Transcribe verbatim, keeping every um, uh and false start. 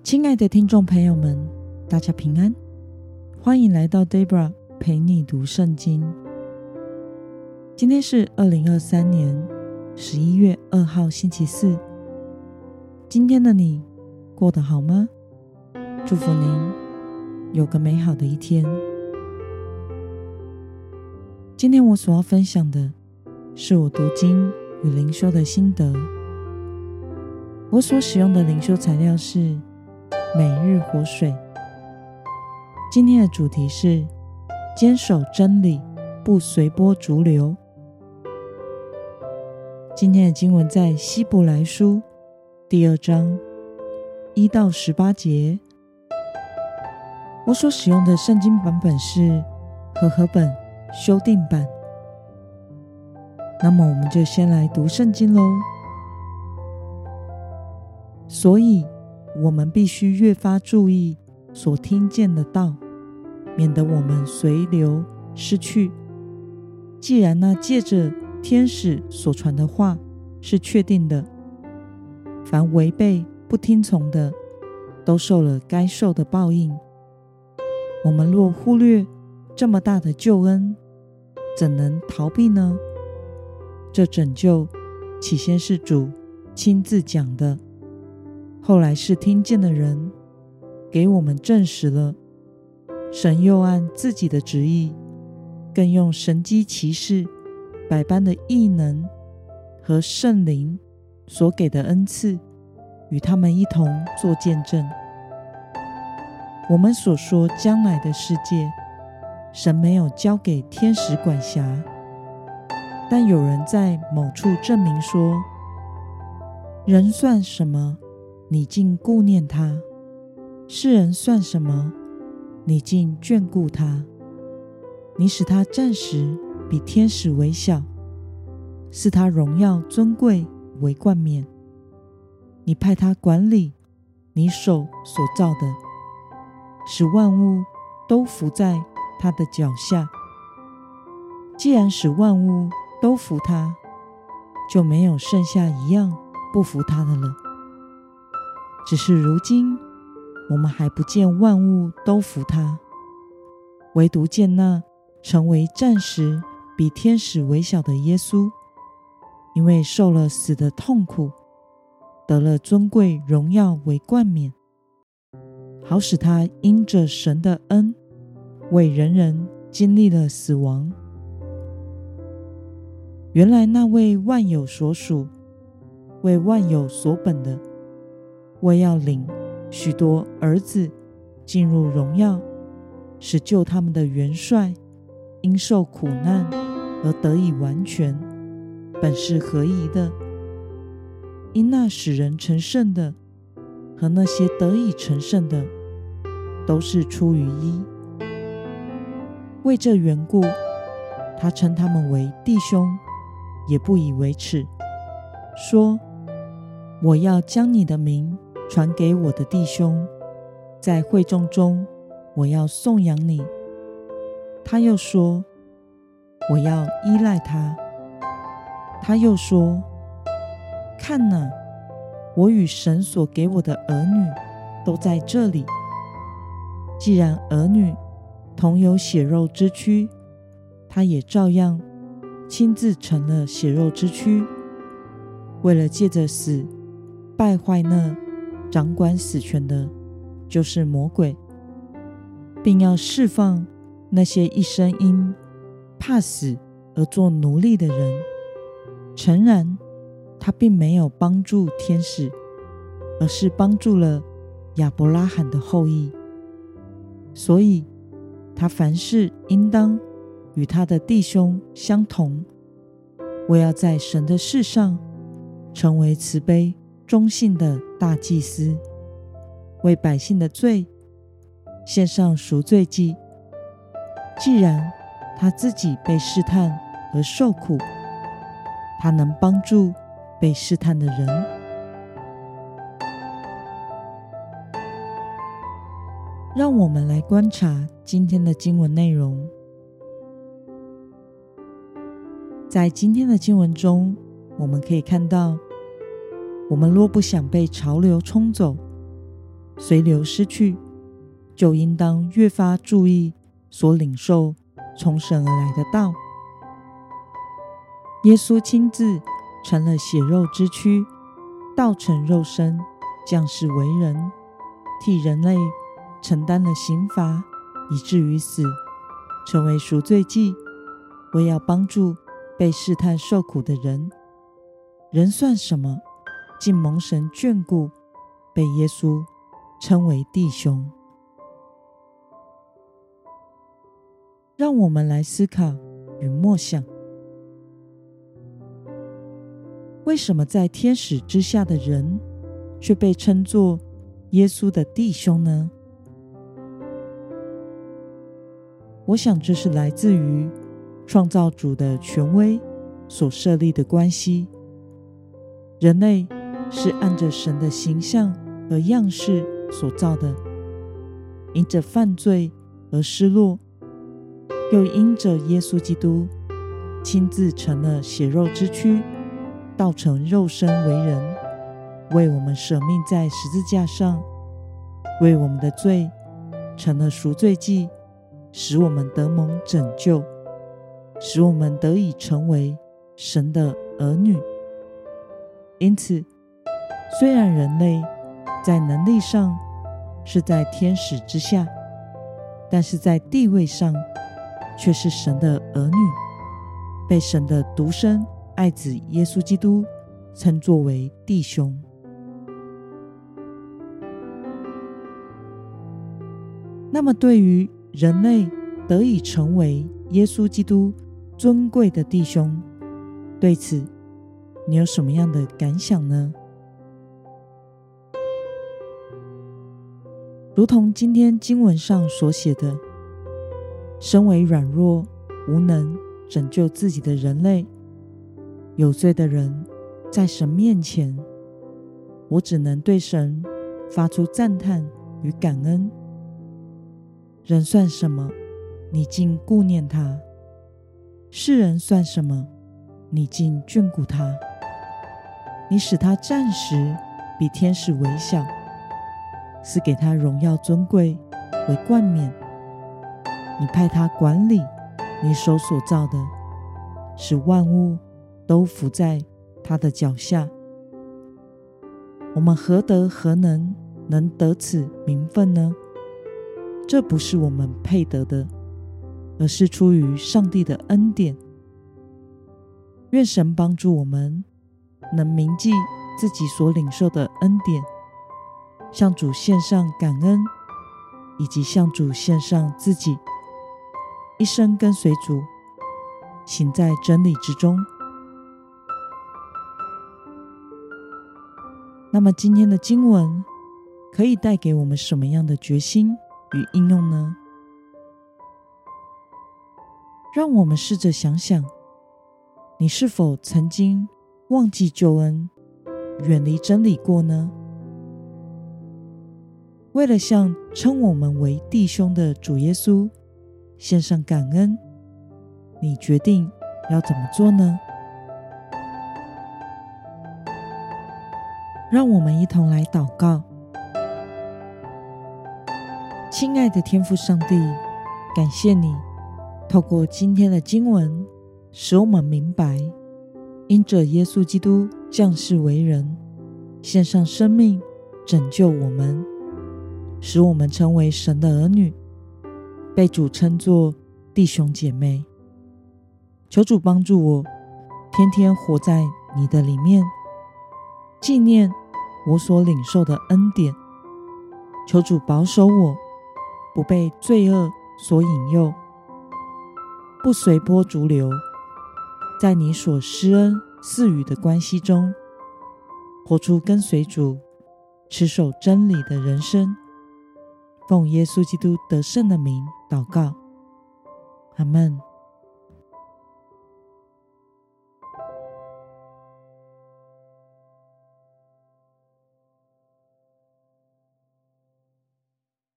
亲爱的听众朋友们，大家平安，欢迎来到 Debra 陪你读圣经。今天是二零二三年十一月二号星期四。今天的你过得好吗？祝福您有个美好的一天。今天我所要分享的是我读经与灵修的心得。我所使用的灵修材料是每日活水。今天的主题是坚守真理，不随波逐流。今天的经文在希伯来书第二章一到十八节。我所使用的圣经版本是和合本修订版。那么我们就先来读圣经咯。所以我们必须越发注意所听见的道，免得我们随流失去。既然那借着天使所传的话是确定的，凡违背不听从的，都受了该受的报应。我们若忽略这么大的救恩，怎能逃避呢？这拯救起先是主亲自讲的，后来是听见的人给我们证实了。神又按自己的旨意，更用神机奇事、百般的异能和圣灵所给的恩赐，与他们一同作见证。我们所说将来的世界，神没有交给天使管辖，但有人在某处证明说，人算什么，你竟顾念他；世人算什么，你竟眷顾他。你使他暂时比天使为小，赐他荣耀尊贵为冠冕。你派他管理你手所造的，使万物都服在他的脚下。既然使万物都服他，就没有剩下一样不服他的了。只是如今我们还不见万物都服他，唯独见那成为暂时比天使为小的耶稣，因为受了死的痛苦，得了尊贵荣耀为冠冕，好使他因着神的恩，为人人经历了死亡。原来那为万有所属，为万有所本的，为要领许多儿子进入荣耀，使救他们的元帅因受苦难而得以完全，本是合宜的。因那使人成圣的和那些得以成圣的，都是出于一。为这缘故，他称他们为弟兄，也不以为耻，说：我要将你的名传给我的弟兄，在会众中我要颂扬你。他又说：我要依赖他。他又说：看哪，我与神所给我的儿女都在这里。既然儿女同有血肉之躯，他也照样亲自成了血肉之躯，为了借着死败坏那掌管死权的，就是魔鬼，并要释放那些一生因怕死而做奴隶的人。诚然，他并没有帮助天使，而是帮助了亚伯拉罕的后裔。所以他凡事应当与他的弟兄相同，为要在神的事上成为慈悲忠信的大祭司，为百姓的罪献上赎罪祭。既然他自己被试探而受苦，他能帮助被试探的人。让我们来观察今天的经文内容。在今天的经文中，我们可以看到，我们若不想被潮流冲走， 随流失去，就应当越发注意所领受从神而来的道。耶稣亲自成了血肉之躯，道成肉身，降世为人，替人类承担了刑罚，以至于死，成为赎罪祭，为要帮助被试探受苦的人。人算什么，竟蒙神眷顾，被耶稣称为弟兄。让我们来思考与默想，为什么在天使之下的人却被称作耶稣的弟兄呢？我想这是来自于创造主的权威所设立的关系。人类是按着神的形象和样式所造的，因着犯罪而失落，又因着耶稣基督亲自成了血肉之躯，道成肉身为人，为我们舍命在十字架上，为我们的罪成了赎罪祭，使我们得蒙拯救，使我们得以成为神的儿女。因此，虽然人类在能力上是在天使之下，但是在地位上却是神的儿女，被神的独生爱子耶稣基督称作为弟兄。那么对于人类得以成为耶稣基督尊贵的弟兄，对此你有什么样的感想呢？如同今天经文上所写的，身为软弱无能拯救自己的人类，有罪的人，在神面前，我只能对神发出赞叹与感恩。人算什么，你竟顾念他；世人算什么，你竟眷顾他。你使他暂时比天使微小，是给他荣耀尊贵为冠冕。你派他管理你手所造的，使万物都伏在他的脚下。我们何德何能能得此名分呢？这不是我们配得的，而是出于上帝的恩典。愿神帮助我们能铭记自己所领受的恩典，向主献上感恩，以及向主献上自己，一生跟随主，行在真理之中。那么今天的经文可以带给我们什么样的决心与应用呢？让我们试着想想，你是否曾经忘记救恩，远离真理过呢？为了向称我们为弟兄的主耶稣献上感恩，你决定要怎么做呢？让我们一同来祷告。亲爱的天父上帝，感谢你透过今天的经文，使我们明白，因着耶稣基督降世为人，献上生命拯救我们，使我们成为神的儿女，被主称作弟兄姐妹。求主帮助我天天活在你的里面，纪念我所领受的恩典。求主保守我不被罪恶所引诱，不随波逐流，在你所施恩赐予的关系中，活出跟随主、持守真理的人生。奉耶稣基督得胜的名祷告，阿们。